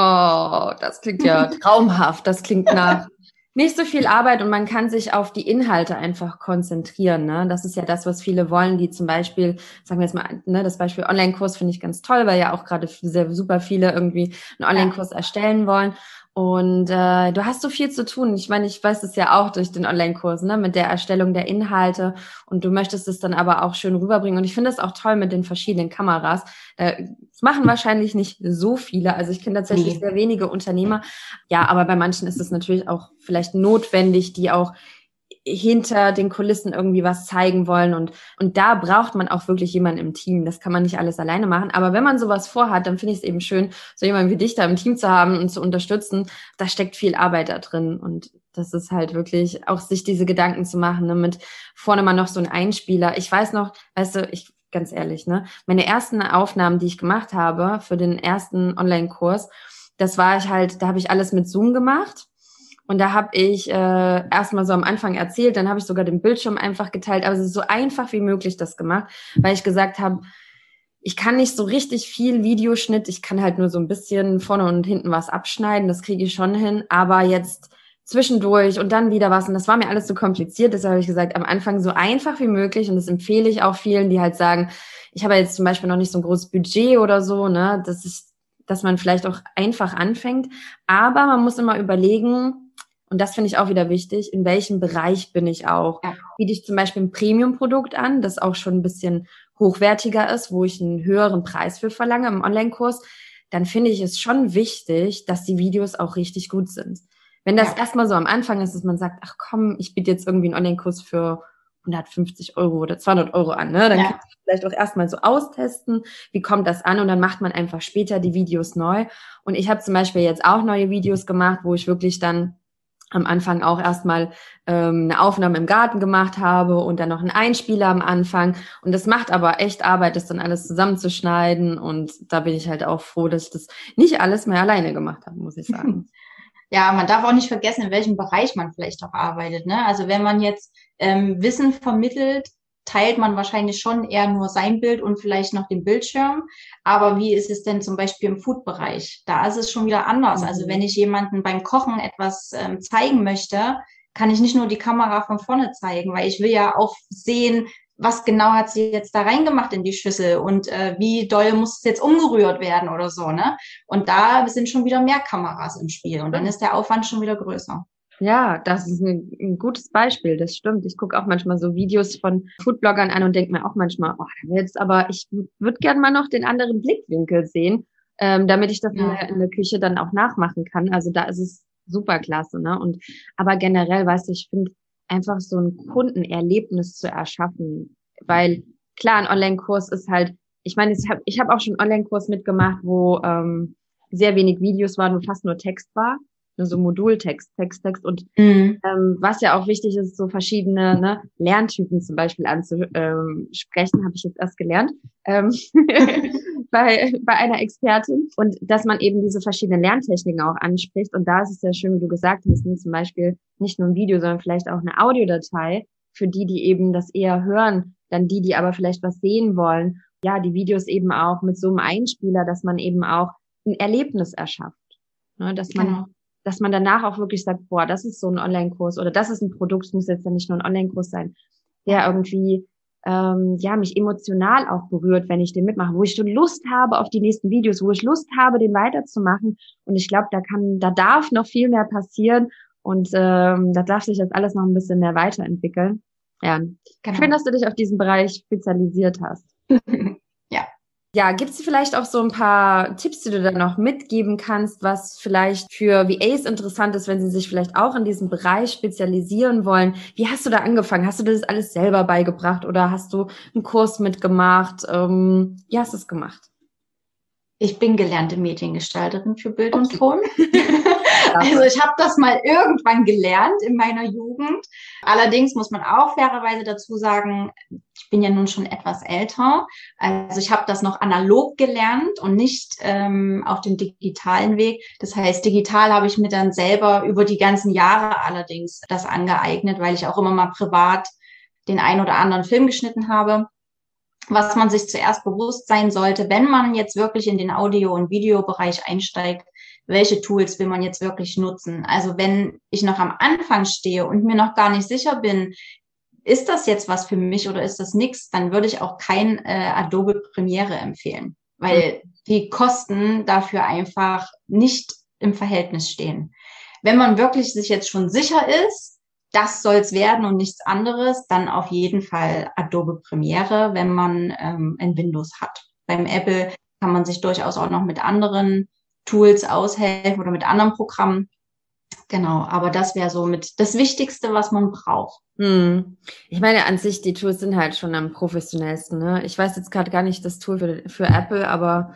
Oh, das klingt ja traumhaft. Das klingt nach nicht so viel Arbeit und man kann sich auf die Inhalte einfach konzentrieren. Ne? Das ist ja das, was viele wollen, die zum Beispiel, sagen wir jetzt mal, ne, das Beispiel Online-Kurs finde ich ganz toll, weil ja auch gerade super viele irgendwie einen Online-Kurs erstellen wollen. Und du hast so viel zu tun. Ich meine, ich weiß es ja auch durch den Online-Kurs, ne, mit der Erstellung der Inhalte. Und du möchtest es dann aber auch schön rüberbringen. Und ich finde es auch toll mit den verschiedenen Kameras. Das machen wahrscheinlich nicht so viele. Also ich kenne tatsächlich sehr wenige Unternehmer. Ja, aber bei manchen ist es natürlich auch vielleicht notwendig, die auch hinter den Kulissen irgendwie was zeigen wollen und da braucht man auch wirklich jemanden im Team. Das kann man nicht alles alleine machen. Aber wenn man sowas vorhat, dann finde ich es eben schön, so jemanden wie dich da im Team zu haben und zu unterstützen. Da steckt viel Arbeit da drin und das ist halt wirklich auch sich diese Gedanken zu machen, ne, mit vorne mal noch so ein Einspieler. Ich weiß noch, weißt du, ganz ehrlich, ne, meine ersten Aufnahmen, die ich gemacht habe für den ersten Online-Kurs, da habe ich alles mit Zoom gemacht. Und da habe ich erstmal so am Anfang erzählt, dann habe ich sogar den Bildschirm einfach geteilt, aber es ist so einfach wie möglich das gemacht, weil ich gesagt habe, ich kann nicht so richtig viel Videoschnitt, ich kann halt nur so ein bisschen vorne und hinten was abschneiden, das kriege ich schon hin, aber jetzt zwischendurch und dann wieder was und das war mir alles so kompliziert, deshalb habe ich gesagt, am Anfang so einfach wie möglich und das empfehle ich auch vielen, die halt sagen, ich habe jetzt zum Beispiel noch nicht so ein großes Budget oder so, ne, dass man vielleicht auch einfach anfängt, aber man muss immer überlegen, und das finde ich auch wieder wichtig, in welchem Bereich bin ich auch. Ja. Biete ich zum Beispiel ein Premium-Produkt an, das auch schon ein bisschen hochwertiger ist, wo ich einen höheren Preis für verlange im Online-Kurs, dann finde ich es schon wichtig, dass die Videos auch richtig gut sind. Wenn das erstmal so am Anfang ist, dass man sagt, ach komm, ich biete jetzt irgendwie einen Online-Kurs für 150 Euro oder 200 Euro an, ne? Dann kann ich vielleicht auch erstmal so austesten, wie kommt das an und dann macht man einfach später die Videos neu. Und ich habe zum Beispiel jetzt auch neue Videos gemacht, wo ich wirklich dann am Anfang auch erstmal eine Aufnahme im Garten gemacht habe und dann noch einen Einspieler am Anfang. Und das macht aber echt Arbeit, das dann alles zusammenzuschneiden. Und da bin ich halt auch froh, dass ich das nicht alles mehr alleine gemacht habe, muss ich sagen. Ja, man darf auch nicht vergessen, in welchem Bereich man vielleicht auch arbeitet, ne? Also wenn man jetzt Wissen vermittelt, teilt man wahrscheinlich schon eher nur sein Bild und vielleicht noch den Bildschirm. Aber wie ist es denn zum Beispiel im Food-Bereich? Da ist es schon wieder anders. Also wenn ich jemanden beim Kochen etwas zeigen möchte, kann ich nicht nur die Kamera von vorne zeigen, weil ich will ja auch sehen, was genau hat sie jetzt da reingemacht in die Schüssel und wie doll muss es jetzt umgerührt werden oder so, ne? Und da sind schon wieder mehr Kameras im Spiel und dann ist der Aufwand schon wieder größer. Ja, das ist ein gutes Beispiel, das stimmt. Ich gucke auch manchmal so Videos von Foodbloggern an und denke mir auch manchmal, ich würde gern mal noch den anderen Blickwinkel sehen, damit ich das in der Küche dann auch nachmachen kann. Also da ist es super klasse, ne? Aber generell, weißt du, ich finde einfach so ein Kundenerlebnis zu erschaffen, weil klar, ein Online-Kurs ist halt, ich meine, ich hab auch schon einen Online-Kurs mitgemacht, wo sehr wenig Videos waren, wo fast nur Text war. So Modultext, Text und was ja auch wichtig ist, so verschiedene Lerntypen zum Beispiel anzusprechen, habe ich jetzt erst gelernt bei einer Expertin und dass man eben diese verschiedenen Lerntechniken auch anspricht und da ist es ja schön, wie du gesagt hast, zum Beispiel nicht nur ein Video, sondern vielleicht auch eine Audiodatei für die eben das eher hören, dann die aber vielleicht was sehen wollen, ja, die Videos eben auch mit so einem Einspieler, dass man eben auch ein Erlebnis erschafft, ne, dass man danach auch wirklich sagt, boah, das ist so ein Online-Kurs oder das ist ein Produkt, es muss jetzt ja nicht nur ein Online-Kurs sein, der irgendwie mich emotional auch berührt, wenn ich den mitmache, wo ich schon Lust habe auf die nächsten Videos, wo ich Lust habe, den weiterzumachen. Und ich glaube, da darf noch viel mehr passieren und da darf sich das alles noch ein bisschen mehr weiterentwickeln. Ja, genau. Schön, dass du dich auf diesen Bereich spezialisiert hast. Ja. Ja, gibt es vielleicht auch so ein paar Tipps, die du da noch mitgeben kannst, was vielleicht für VAs interessant ist, wenn sie sich vielleicht auch in diesem Bereich spezialisieren wollen? Wie hast du da angefangen? Hast du das alles selber beigebracht oder hast du einen Kurs mitgemacht? Wie hast du es gemacht? Ich bin gelernte Mediengestalterin für Bild und Ton. Also ich habe das mal irgendwann gelernt in meiner Jugend. Allerdings muss man auch fairerweise dazu sagen, ich bin ja nun schon etwas älter. Also ich habe das noch analog gelernt und nicht auf dem digitalen Weg. Das heißt, digital habe ich mir dann selber über die ganzen Jahre allerdings das angeeignet, weil ich auch immer mal privat den ein oder anderen Film geschnitten habe. Was man sich zuerst bewusst sein sollte, wenn man jetzt wirklich in den Audio- und Videobereich einsteigt, welche Tools will man jetzt wirklich nutzen? Also wenn ich noch am Anfang stehe und mir noch gar nicht sicher bin, ist das jetzt was für mich oder ist das nichts, dann würde ich auch kein Adobe Premiere empfehlen, weil die Kosten dafür einfach nicht im Verhältnis stehen. Wenn man wirklich sich jetzt schon sicher ist, das soll es werden und nichts anderes, dann auf jeden Fall Adobe Premiere, wenn man ein Windows hat. Beim Apple kann man sich durchaus auch noch mit anderen Tools aushelfen oder mit anderen Programmen. Genau, aber das wäre so mit das Wichtigste, was man braucht. Ich meine, an sich, die Tools sind halt schon am professionellsten, ne? Ich weiß jetzt gerade gar nicht das Tool für Apple, aber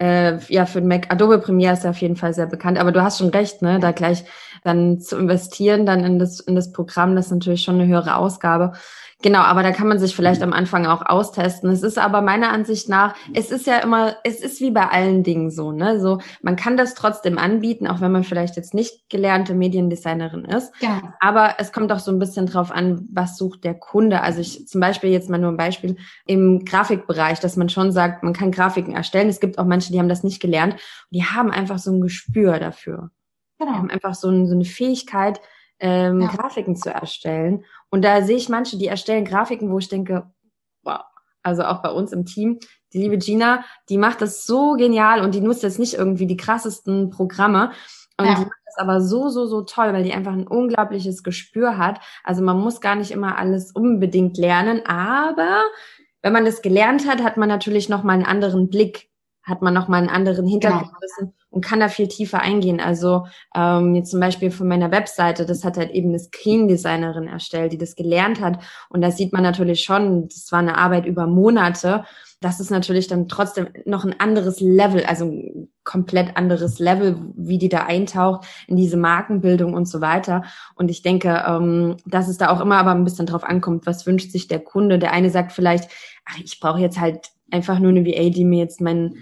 ja, für den Mac, Adobe Premiere ist ja auf jeden Fall sehr bekannt. Aber du hast schon recht, ne? Da gleich dann zu investieren, dann in das Programm, das ist natürlich schon eine höhere Ausgabe. Genau, aber da kann man sich vielleicht am Anfang auch austesten. Es ist aber meiner Ansicht nach, es ist ja immer, es ist wie bei allen Dingen so, ne? So, man kann das trotzdem anbieten, auch wenn man vielleicht jetzt nicht gelernte Mediendesignerin ist. Genau. Aber es kommt auch so ein bisschen drauf an, was sucht der Kunde. Also ich zum Beispiel jetzt mal nur ein Beispiel im Grafikbereich, dass man schon sagt, man kann Grafiken erstellen. Es gibt auch manche, die haben das nicht gelernt. Und die haben einfach so ein Gespür dafür. Die Genau. haben einfach so eine Fähigkeit, Grafiken zu erstellen. Und da sehe ich manche, die erstellen Grafiken, wo ich denke, wow, also auch bei uns im Team, die liebe Gina, die macht das so genial und die nutzt jetzt nicht irgendwie die krassesten Programme. Und die macht das aber so toll, weil die einfach ein unglaubliches Gespür hat. Also man muss gar nicht immer alles unbedingt lernen, aber wenn man das gelernt hat, hat man natürlich nochmal einen anderen Blick, hat man nochmal einen anderen Hintergrundwissen und kann da viel tiefer eingehen. Also jetzt zum Beispiel von meiner Webseite, das hat halt eben eine Screen-Designerin erstellt, die das gelernt hat. Und da sieht man natürlich schon, das war eine Arbeit über Monate. Das ist natürlich dann trotzdem noch ein anderes Level, also ein komplett anderes Level, wie die da eintaucht in diese Markenbildung und so weiter. Und ich denke, dass es da auch immer aber ein bisschen drauf ankommt, was wünscht sich der Kunde. Der eine sagt vielleicht, ach, ich brauche jetzt halt einfach nur eine VA, die mir jetzt meinen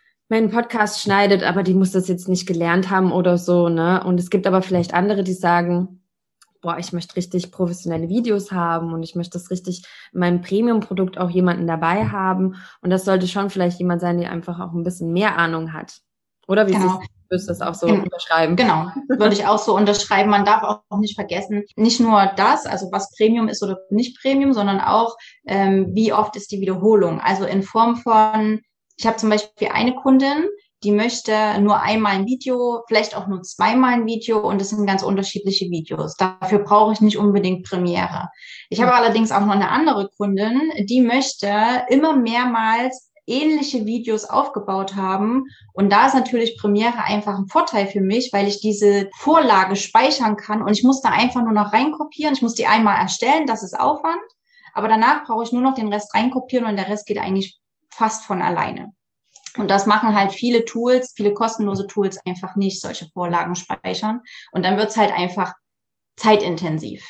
Podcast schneidet, aber die muss das jetzt nicht gelernt haben oder so, ne? Und es gibt aber vielleicht andere, die sagen, boah, ich möchte richtig professionelle Videos haben und ich möchte das richtig in meinem Premium-Produkt auch jemanden dabei haben. Und das sollte schon vielleicht jemand sein, der einfach auch ein bisschen mehr Ahnung hat. Oder wie würdest du das auch so unterschreiben? Genau, würde ich auch so unterschreiben. Man darf auch nicht vergessen, nicht nur das, also was Premium ist oder nicht Premium, sondern auch, wie oft ist die Wiederholung. Also in Form von, ich habe zum Beispiel eine Kundin, die möchte nur einmal ein Video, vielleicht auch nur zweimal ein Video und das sind ganz unterschiedliche Videos. Dafür brauche ich nicht unbedingt Premiere. Ich habe allerdings auch noch eine andere Kundin, die möchte immer mehrmals ähnliche Videos aufgebaut haben. Und da ist natürlich Premiere einfach ein Vorteil für mich, weil ich diese Vorlage speichern kann und ich muss da einfach nur noch reinkopieren. Ich muss die einmal erstellen, das ist Aufwand. Aber danach brauche ich nur noch den Rest reinkopieren und der Rest geht eigentlich fast von alleine. Und das machen halt viele Tools, viele kostenlose Tools einfach nicht, solche Vorlagen speichern. Und dann wird's halt einfach zeitintensiv.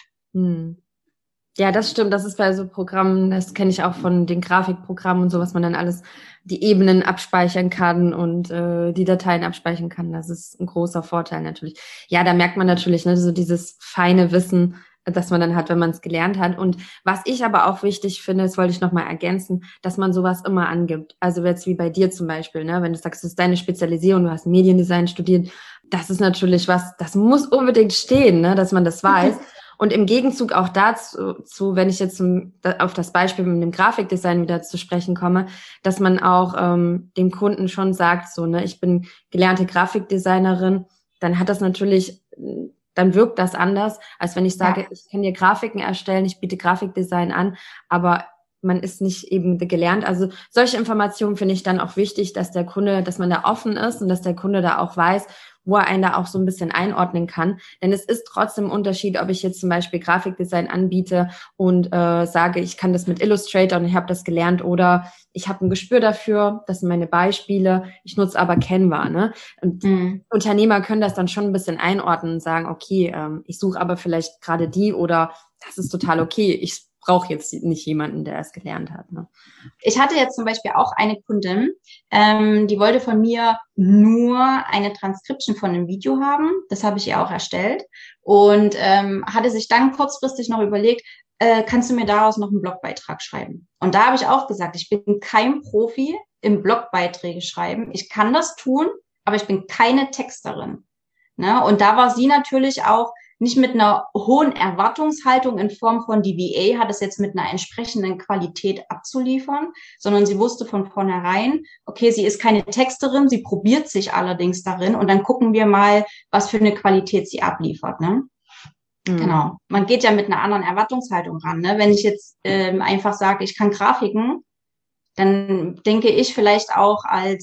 Ja, das stimmt. Das ist bei so Programmen, das kenne ich auch von den Grafikprogrammen und so, was man dann alles, die Ebenen abspeichern kann und die Dateien abspeichern kann. Das ist ein großer Vorteil natürlich. Ja, da merkt man natürlich, ne, so dieses feine Wissen, das man dann hat, wenn man es gelernt hat. Und was ich aber auch wichtig finde, das wollte ich nochmal ergänzen, dass man sowas immer angibt. Also jetzt wie bei dir zum Beispiel, ne, wenn du sagst, das ist deine Spezialisierung, du hast Mediendesign studiert, das ist natürlich was, das muss unbedingt stehen, ne, dass man das weiß. Und im Gegenzug auch dazu, wenn ich jetzt auf das Beispiel mit dem Grafikdesign wieder zu sprechen komme, dass man auch dem Kunden schon sagt, so, ne, ich bin gelernte Grafikdesignerin, dann hat das natürlich, dann wirkt das anders, als wenn ich sage, ich kann dir Grafiken erstellen, ich biete Grafikdesign an, aber man ist nicht eben gelernt. Also solche Informationen finde ich dann auch wichtig, dass der Kunde, dass man da offen ist und dass der Kunde da auch weiß, wo er einen da auch so ein bisschen einordnen kann. Denn es ist trotzdem ein Unterschied, ob ich jetzt zum Beispiel Grafikdesign anbiete und sage, ich kann das mit Illustrator und ich habe das gelernt oder ich habe ein Gespür dafür, das sind meine Beispiele, ich nutze aber Canva. Ne? Und Unternehmer können das dann schon ein bisschen einordnen und sagen, okay, ich suche aber vielleicht gerade die oder das ist total okay, ich brauche jetzt nicht jemanden, der es gelernt hat. Ne? Ich hatte jetzt zum Beispiel auch eine Kundin, die wollte von mir nur eine Transcription von einem Video haben. Das habe ich ihr auch erstellt und hatte sich dann kurzfristig noch überlegt, kannst du mir daraus noch einen Blogbeitrag schreiben? Und da habe ich auch gesagt, ich bin kein Profi im Blogbeiträge schreiben. Ich kann das tun, aber ich bin keine Texterin. Ne? Und da war sie natürlich auch nicht mit einer hohen Erwartungshaltung in Form von die VA hat es jetzt mit einer entsprechenden Qualität abzuliefern, sondern sie wusste von vornherein, okay, sie ist keine Texterin, sie probiert sich allerdings darin und dann gucken wir mal, was für eine Qualität sie abliefert. Ne? Genau. Man geht ja mit einer anderen Erwartungshaltung ran. Ne? Wenn ich jetzt einfach sage, ich kann Grafiken, dann denke ich vielleicht auch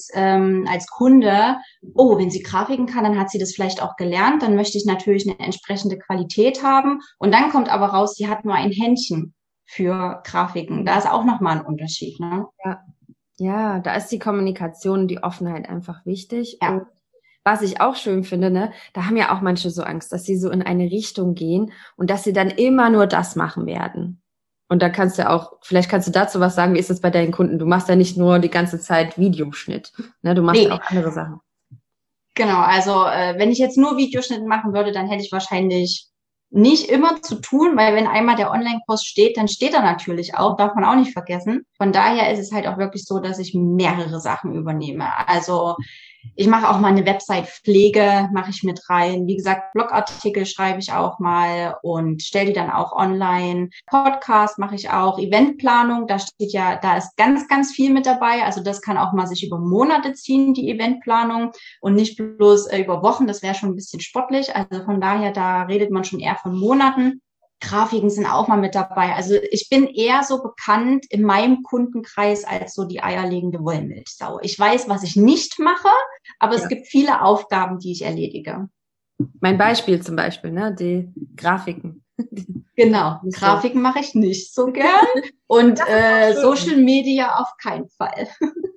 als Kunde, oh, wenn sie Grafiken kann, dann hat sie das vielleicht auch gelernt, dann möchte ich natürlich eine entsprechende Qualität haben. Und dann kommt aber raus, sie hat nur ein Händchen für Grafiken. Da ist auch nochmal ein Unterschied, ne? Ja. Ja, da ist die Kommunikation, die Offenheit einfach wichtig. Und Ja. was ich auch schön finde, ne, da haben ja auch manche so Angst, dass sie so in eine Richtung gehen und dass sie dann immer nur das machen werden. Und da kannst du auch, vielleicht kannst du dazu was sagen, wie ist das bei deinen Kunden? Du machst ja nicht nur die ganze Zeit Videoschnitt, ne, du machst ja Nee, auch andere Sachen. genau. Also wenn ich jetzt nur Videoschnitt machen würde, dann hätte ich wahrscheinlich nicht immer zu tun, weil wenn einmal der Online-Kurs steht, dann steht er natürlich auch, darf man auch nicht vergessen. Von daher ist es halt auch wirklich so, dass ich mehrere Sachen übernehme. Also ich mache auch mal eine Website-Pflege, mache ich mit rein. Wie gesagt, Blogartikel schreibe ich auch mal und stelle die dann auch online. Podcast mache ich auch. Eventplanung, da ist ganz, ganz viel mit dabei. Also das kann auch mal sich über Monate ziehen, die Eventplanung und nicht bloß über Wochen. Das wäre schon ein bisschen sportlich. Also von daher, da redet man schon eher von Monaten. Grafiken sind auch mal mit dabei. Also ich bin eher so bekannt in meinem Kundenkreis als so die eierlegende Wollmilchsau. Ich weiß, was ich nicht mache, aber es Ja. gibt viele Aufgaben, die ich erledige. Mein Beispiel zum Beispiel, ne, die Grafiken. Genau, Nicht so. Grafiken mache ich nicht so gern und Social Media auf keinen Fall.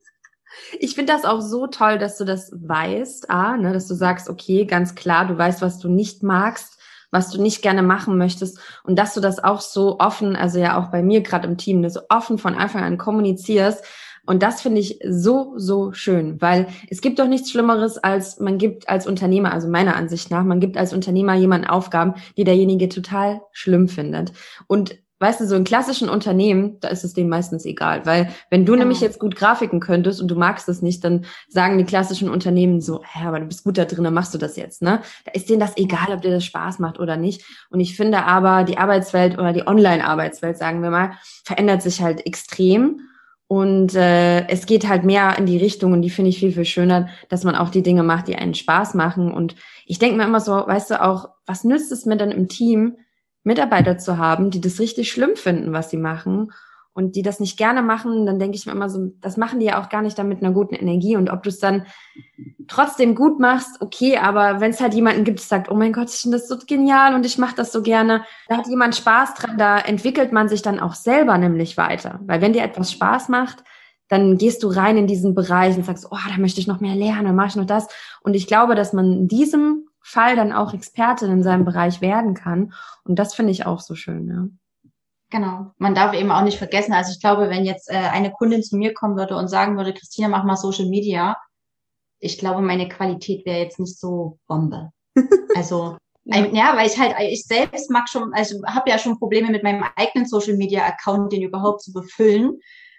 Ich finde das auch so toll, dass du das weißt, ne, dass du sagst, okay, ganz klar, du weißt, was du nicht magst, was du nicht gerne machen möchtest und dass du das auch so offen, also ja auch bei mir gerade im Team, ne, so offen von Anfang an kommunizierst. Und das finde ich so, so schön, weil es gibt doch nichts Schlimmeres, als man gibt als Unternehmer, also meiner Ansicht nach, man gibt als Unternehmer jemanden Aufgaben, die derjenige total schlimm findet. Und weißt du, so in klassischen Unternehmen, da ist es denen meistens egal, weil wenn du nämlich jetzt gut Grafiken könntest und du magst es nicht, dann sagen die klassischen Unternehmen so, hä, aber du bist gut da drin, dann machst du das jetzt, ne? Da ist denen das egal, ob dir das Spaß macht oder nicht. Und ich finde aber, die Arbeitswelt oder die Online-Arbeitswelt, sagen wir mal, verändert sich halt extrem. Und es geht halt mehr in die Richtung und die finde ich viel, viel schöner, dass man auch die Dinge macht, die einen Spaß machen. Und ich denke mir immer so, weißt du auch, was nützt es mir denn im Team, Mitarbeiter zu haben, die das richtig schlimm finden, was sie machen und die das nicht gerne machen, dann denke ich mir immer so, das machen die ja auch gar nicht dann mit einer guten Energie und ob du es dann trotzdem gut machst, okay, aber wenn es halt jemanden gibt, der sagt, oh mein Gott, ich finde das so genial und ich mache das so gerne, da hat jemand Spaß dran, da entwickelt man sich dann auch selber nämlich weiter, weil wenn dir etwas Spaß macht, dann gehst du rein in diesen Bereich und sagst, oh, da möchte ich noch mehr lernen, dann mache ich noch das und ich glaube, dass man in diesem Fall dann auch Expertin in seinem Bereich werden kann. Und das finde ich auch so schön, ja. Genau. Man darf eben auch nicht vergessen, also ich glaube, wenn jetzt eine Kundin zu mir kommen würde und sagen würde, Christina, mach mal Social Media, ich glaube, meine Qualität wäre jetzt nicht so Bombe. Also, ja, weil ich selbst mag schon, also habe ja schon Probleme mit meinem eigenen Social Media Account, den überhaupt zu befüllen.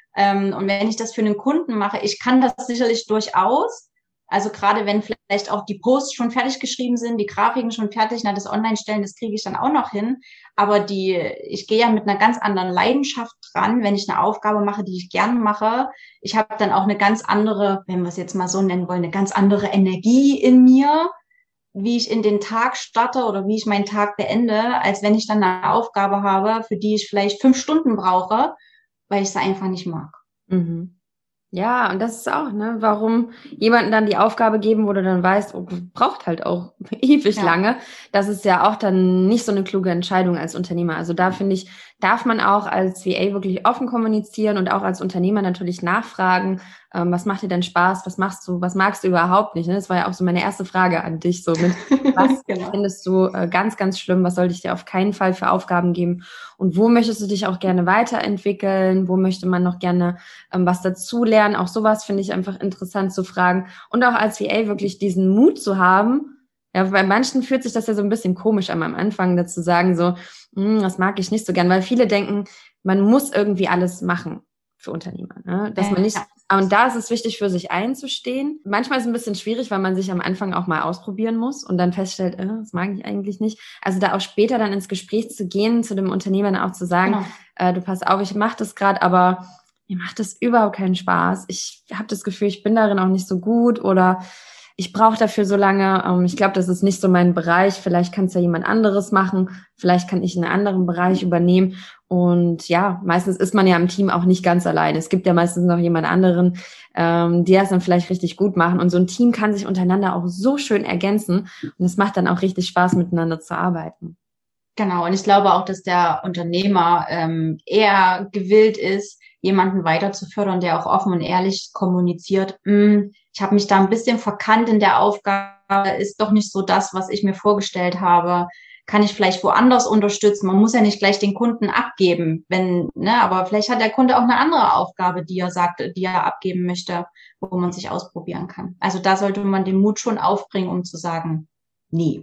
Und wenn ich das für einen Kunden mache, ich kann das sicherlich durchaus. Also gerade wenn vielleicht auch die Posts schon fertig geschrieben sind, die Grafiken schon fertig, das Online-Stellen, das kriege ich dann auch noch hin. Aber ich gehe ja mit einer ganz anderen Leidenschaft dran, wenn ich eine Aufgabe mache, die ich gerne mache. Ich habe dann auch eine ganz andere, wenn wir es jetzt mal so nennen wollen, eine ganz andere Energie in mir, wie ich in den Tag starte oder wie ich meinen Tag beende, als wenn ich dann eine Aufgabe habe, für die ich vielleicht 5 Stunden brauche, weil ich sie einfach nicht mag. Mhm. Ja, und das ist auch, ne, warum jemanden dann die Aufgabe geben, wo du dann weißt, oh, braucht halt auch ewig lange. Das ist ja auch dann nicht so eine kluge Entscheidung als Unternehmer. Also da finde ich, darf man auch als VA wirklich offen kommunizieren und auch als Unternehmer natürlich nachfragen, was macht dir denn Spaß, was machst du, was magst du überhaupt nicht? Ne? Das war ja auch so meine erste Frage an dich, so mit, was findest du ganz, ganz schlimm, was soll ich dir auf keinen Fall für Aufgaben geben und wo möchtest du dich auch gerne weiterentwickeln, wo möchte man noch gerne was dazulernen, auch sowas finde ich einfach interessant zu fragen und auch als VA wirklich diesen Mut zu haben. Ja, bei manchen fühlt sich das ja so ein bisschen komisch an am Anfang, dazu sagen so, das mag ich nicht so gern, weil viele denken, man muss irgendwie alles machen für Unternehmer, ne? Dass man nicht, und da ist es wichtig, für sich einzustehen. Manchmal ist es ein bisschen schwierig, weil man sich am Anfang auch mal ausprobieren muss und dann feststellt, das mag ich eigentlich nicht. Also da auch später dann ins Gespräch zu gehen, zu dem Unternehmer dann auch zu sagen, du pass auf, ich mache das gerade, aber mir macht das überhaupt keinen Spaß. Ich habe das Gefühl, ich bin darin auch nicht so gut oder ich brauche dafür so lange, ich glaube, das ist nicht so mein Bereich, vielleicht kann es ja jemand anderes machen, vielleicht kann ich einen anderen Bereich übernehmen. Und ja, meistens ist man ja im Team auch nicht ganz alleine. Es gibt ja meistens noch jemand anderen, die das dann vielleicht richtig gut machen. Und so ein Team kann sich untereinander auch so schön ergänzen. Und es macht dann auch richtig Spaß, miteinander zu arbeiten. Genau, und ich glaube auch, dass der Unternehmer eher gewillt ist, jemanden weiter zu fördern, der auch offen und ehrlich kommuniziert. Ich habe mich da ein bisschen verkannt in der Aufgabe, ist doch nicht so das, was ich mir vorgestellt habe. Kann ich vielleicht woanders unterstützen? Man muss ja nicht gleich den Kunden abgeben, aber vielleicht hat der Kunde auch eine andere Aufgabe, die er sagt, die er abgeben möchte, wo man sich ausprobieren kann. Also da sollte man den Mut schon aufbringen, um zu sagen, nee,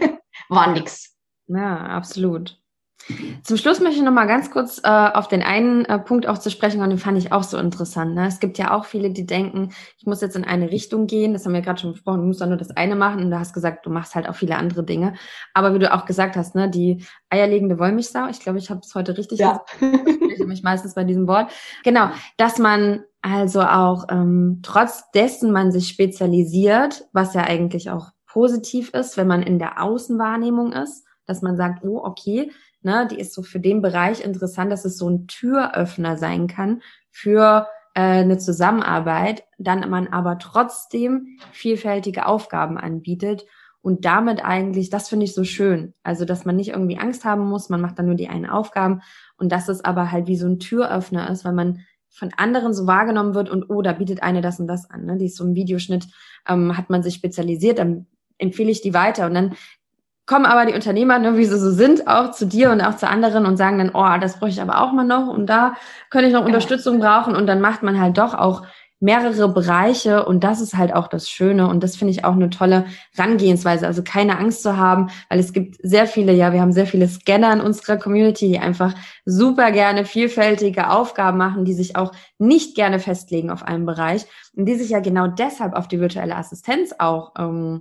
war nix. Ja, absolut. Zum Schluss möchte ich noch mal ganz kurz auf den einen Punkt auch zu sprechen kommen, den fand ich auch so interessant. Ne? Es gibt ja auch viele, die denken, ich muss jetzt in eine Richtung gehen, das haben wir gerade schon besprochen, du musst doch nur das eine machen und du hast gesagt, du machst halt auch viele andere Dinge. Aber wie du auch gesagt hast, ne, die eierlegende Wollmilchsau, ich glaube, ich habe es heute richtig gesagt, ich spreche mich meistens bei diesem Wort. Genau, dass man also auch trotz dessen man sich spezialisiert, was ja eigentlich auch positiv ist, wenn man in der Außenwahrnehmung ist, dass man sagt, oh, okay, ne, die ist so für den Bereich interessant, dass es so ein Türöffner sein kann für eine Zusammenarbeit, dann man aber trotzdem vielfältige Aufgaben anbietet und damit eigentlich, das finde ich so schön, also dass man nicht irgendwie Angst haben muss, man macht dann nur die einen Aufgaben und dass es aber halt wie so ein Türöffner ist, weil man von anderen so wahrgenommen wird und oh, da bietet eine das und das an, ne? Die ist so ein Videoschnitt, hat man sich spezialisiert, dann empfehle ich die weiter und dann kommen aber die Unternehmer, ne, wie sie so sind, auch zu dir und auch zu anderen und sagen dann, oh, das bräuchte ich aber auch mal noch und da könnte ich noch Unterstützung brauchen und dann macht man halt doch auch mehrere Bereiche und das ist halt auch das Schöne und das finde ich auch eine tolle Herangehensweise, also keine Angst zu haben, weil es gibt sehr viele, ja, wir haben sehr viele Scanner in unserer Community, die einfach super gerne vielfältige Aufgaben machen, die sich auch nicht gerne festlegen auf einen Bereich und die sich ja genau deshalb auf die virtuelle Assistenz auch,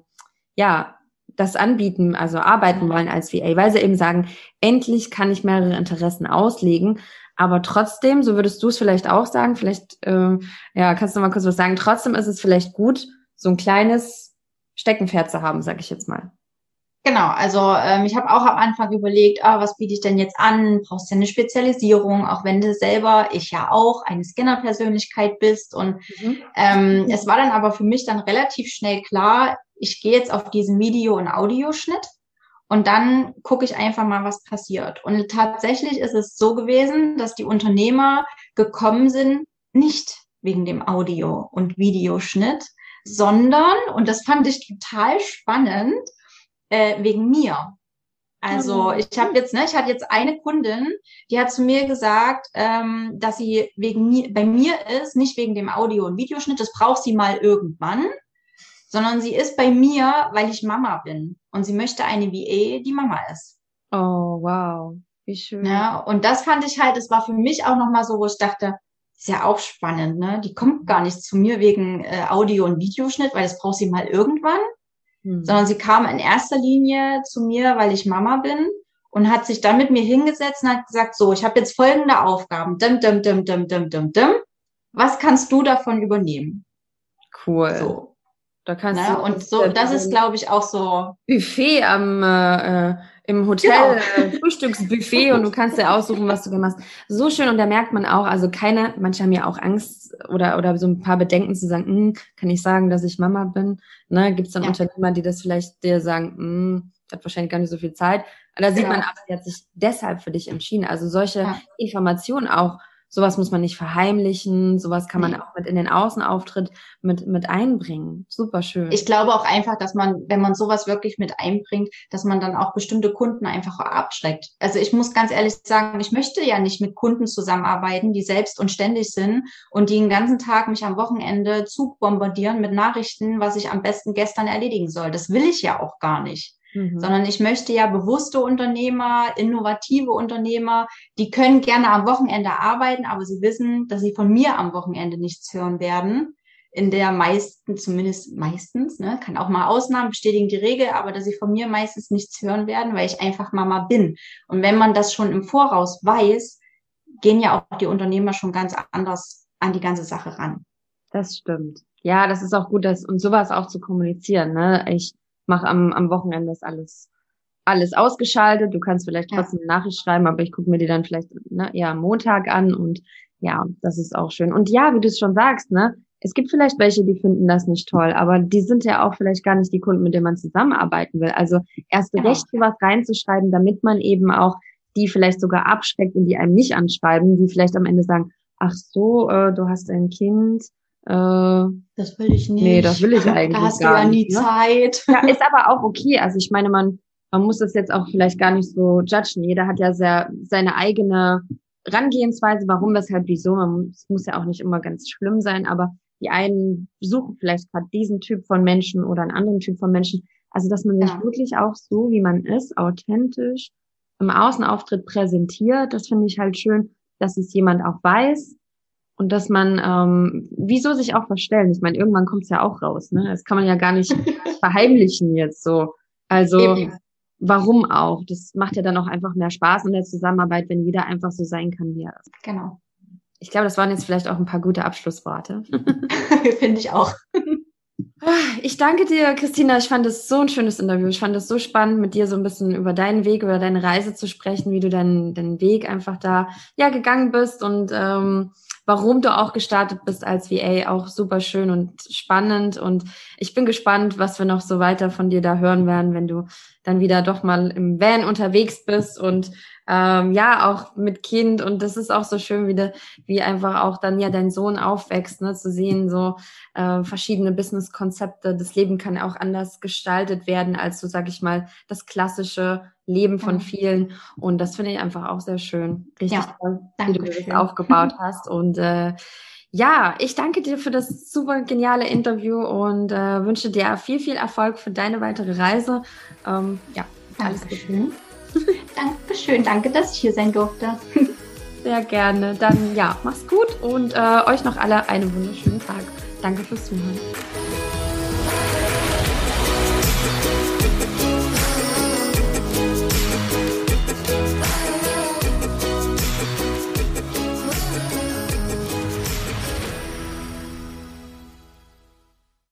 das anbieten, also arbeiten wollen als VA, weil sie eben sagen, endlich kann ich mehrere Interessen auslegen, aber trotzdem, so würdest du es vielleicht auch sagen, vielleicht kannst du mal kurz was sagen, trotzdem ist es vielleicht gut, so ein kleines Steckenpferd zu haben, sage ich jetzt mal. Genau, also ich habe auch am Anfang überlegt, was biete ich denn jetzt an? Brauchst du eine Spezialisierung, auch wenn du selber, ich ja auch, eine Scanner-Persönlichkeit bist. Und es war dann aber für mich dann relativ schnell klar, ich gehe jetzt auf diesen Video- und Audioschnitt und dann gucke ich einfach mal, was passiert. Und tatsächlich ist es so gewesen, dass die Unternehmer gekommen sind, nicht wegen dem Audio- und Videoschnitt, sondern, und das fand ich total spannend, wegen mir. Also ich hatte jetzt eine Kundin, die hat zu mir gesagt, dass sie bei mir ist, nicht wegen dem Audio- und Videoschnitt, das braucht sie mal irgendwann, sondern sie ist bei mir, weil ich Mama bin. Und sie möchte eine VA, die Mama ist. Oh, wow. Wie schön. Ja, und das fand ich halt, das war für mich auch nochmal so, wo ich dachte, ist ja auch spannend, ne? Die kommt gar nicht zu mir wegen Audio- und Videoschnitt, weil das braucht sie mal irgendwann. Sondern sie kam in erster Linie zu mir, weil ich Mama bin und hat sich dann mit mir hingesetzt und hat gesagt, so, ich habe jetzt folgende Aufgaben. Was kannst du davon übernehmen? Cool. So. Da kannst du und so, das ist, glaube ich, auch so. Buffet im Hotel, Frühstücksbuffet und du kannst dir aussuchen, was du gemacht hast. So schön und da merkt man auch, also manche haben ja auch Angst oder so ein paar Bedenken zu sagen, kann ich sagen, dass ich Mama bin? Ne, gibt es dann Unternehmer, die das vielleicht dir sagen, hat wahrscheinlich gar nicht so viel Zeit. Und da sieht man aber, sie hat sich deshalb für dich entschieden. Also solche Informationen auch, sowas muss man nicht verheimlichen, sowas kann man auch mit in den Außenauftritt mit einbringen. Super schön. Ich glaube auch einfach, dass man, wenn man sowas wirklich mit einbringt, dass man dann auch bestimmte Kunden einfach abschreckt. Also ich muss ganz ehrlich sagen, ich möchte ja nicht mit Kunden zusammenarbeiten, die selbst und ständig sind und die den ganzen Tag mich am Wochenende zu bombardieren mit Nachrichten, was ich am besten gestern erledigen soll. Das will ich ja auch gar nicht. Sondern ich möchte ja bewusste Unternehmer, innovative Unternehmer, die können gerne am Wochenende arbeiten, aber sie wissen, dass sie von mir am Wochenende nichts hören werden. In der zumindest meistens, ne, kann auch mal Ausnahmen bestätigen die Regel, aber dass sie von mir meistens nichts hören werden, weil ich einfach Mama bin. Und wenn man das schon im Voraus weiß, gehen ja auch die Unternehmer schon ganz anders an die ganze Sache ran. Das stimmt. Ja, das ist auch gut, und sowas auch zu kommunizieren, ne? Ich mache am Wochenende das alles ausgeschaltet. Du kannst vielleicht Ja, trotzdem eine Nachricht schreiben, aber ich gucke mir die dann vielleicht, ne, eher am Montag an und ja, das ist auch schön. Und ja, wie du es schon sagst, ne? Es gibt vielleicht welche, die finden das nicht toll, aber die sind ja auch vielleicht gar nicht die Kunden, mit denen man zusammenarbeiten will. Also erst genau. recht sowas reinzuschreiben, damit man eben auch die vielleicht sogar abschreckt und die einem nicht anschreiben, die vielleicht am Ende sagen, ach so, du hast ein Kind, äh, Das will ich nee, das nicht. will ich Da eigentlich hast du gar ja nicht, nie ne? Zeit. Ja, ist aber auch okay. Also ich meine, man muss das jetzt auch vielleicht gar nicht so judgen. Jeder hat ja seine eigene Herangehensweise, warum, weshalb, wieso. Es muss ja auch nicht immer ganz schlimm sein, aber die einen suchen vielleicht gerade diesen Typ von Menschen oder einen anderen Typ von Menschen. Also, dass man sich Ja, wirklich auch so, wie man ist, authentisch im Außenauftritt präsentiert, das finde ich halt schön, dass es jemand auch weiß. Und dass man, wieso sich auch verstellen? Ich meine, irgendwann kommt es ja auch raus, ne? Das kann man ja gar nicht verheimlichen jetzt so. Also, eben. warum auch? Das macht ja dann auch einfach mehr Spaß in der Zusammenarbeit, wenn jeder einfach so sein kann, wie er ist. Genau. Ich glaube, das waren jetzt vielleicht auch ein paar gute Abschlussworte. Finde ich auch. Ich danke dir, Christina. Ich fand es so ein schönes Interview. Ich fand es so spannend, mit dir so ein bisschen über deinen Weg, über deine Reise zu sprechen, wie du deinen Weg einfach da ja gegangen bist und warum du auch gestartet bist als VA. Auch super schön und spannend. Und ich bin gespannt, was wir noch so weiter von dir da hören werden, wenn du dann wieder doch mal im Van unterwegs bist und ja, auch mit Kind. Und das ist auch so schön, wie einfach auch dann ja dein Sohn aufwächst, ne, zu sehen, so verschiedene Business-Konzepte. Das Leben kann auch anders gestaltet werden als so, sag ich mal, das klassische Leben von vielen. Und das finde ich einfach auch sehr schön. Richtig Ja, toll, wie du danke das schön. aufgebaut hast. Und ja, ich danke dir für das super geniale Interview und wünsche dir viel, viel Erfolg für deine weitere Reise. Ja, alles Gute. Dankeschön. Dankeschön. Danke, dass ich hier sein durfte. Sehr gerne. Dann ja, mach's gut und euch noch alle einen wunderschönen Tag. Danke fürs Zuhören.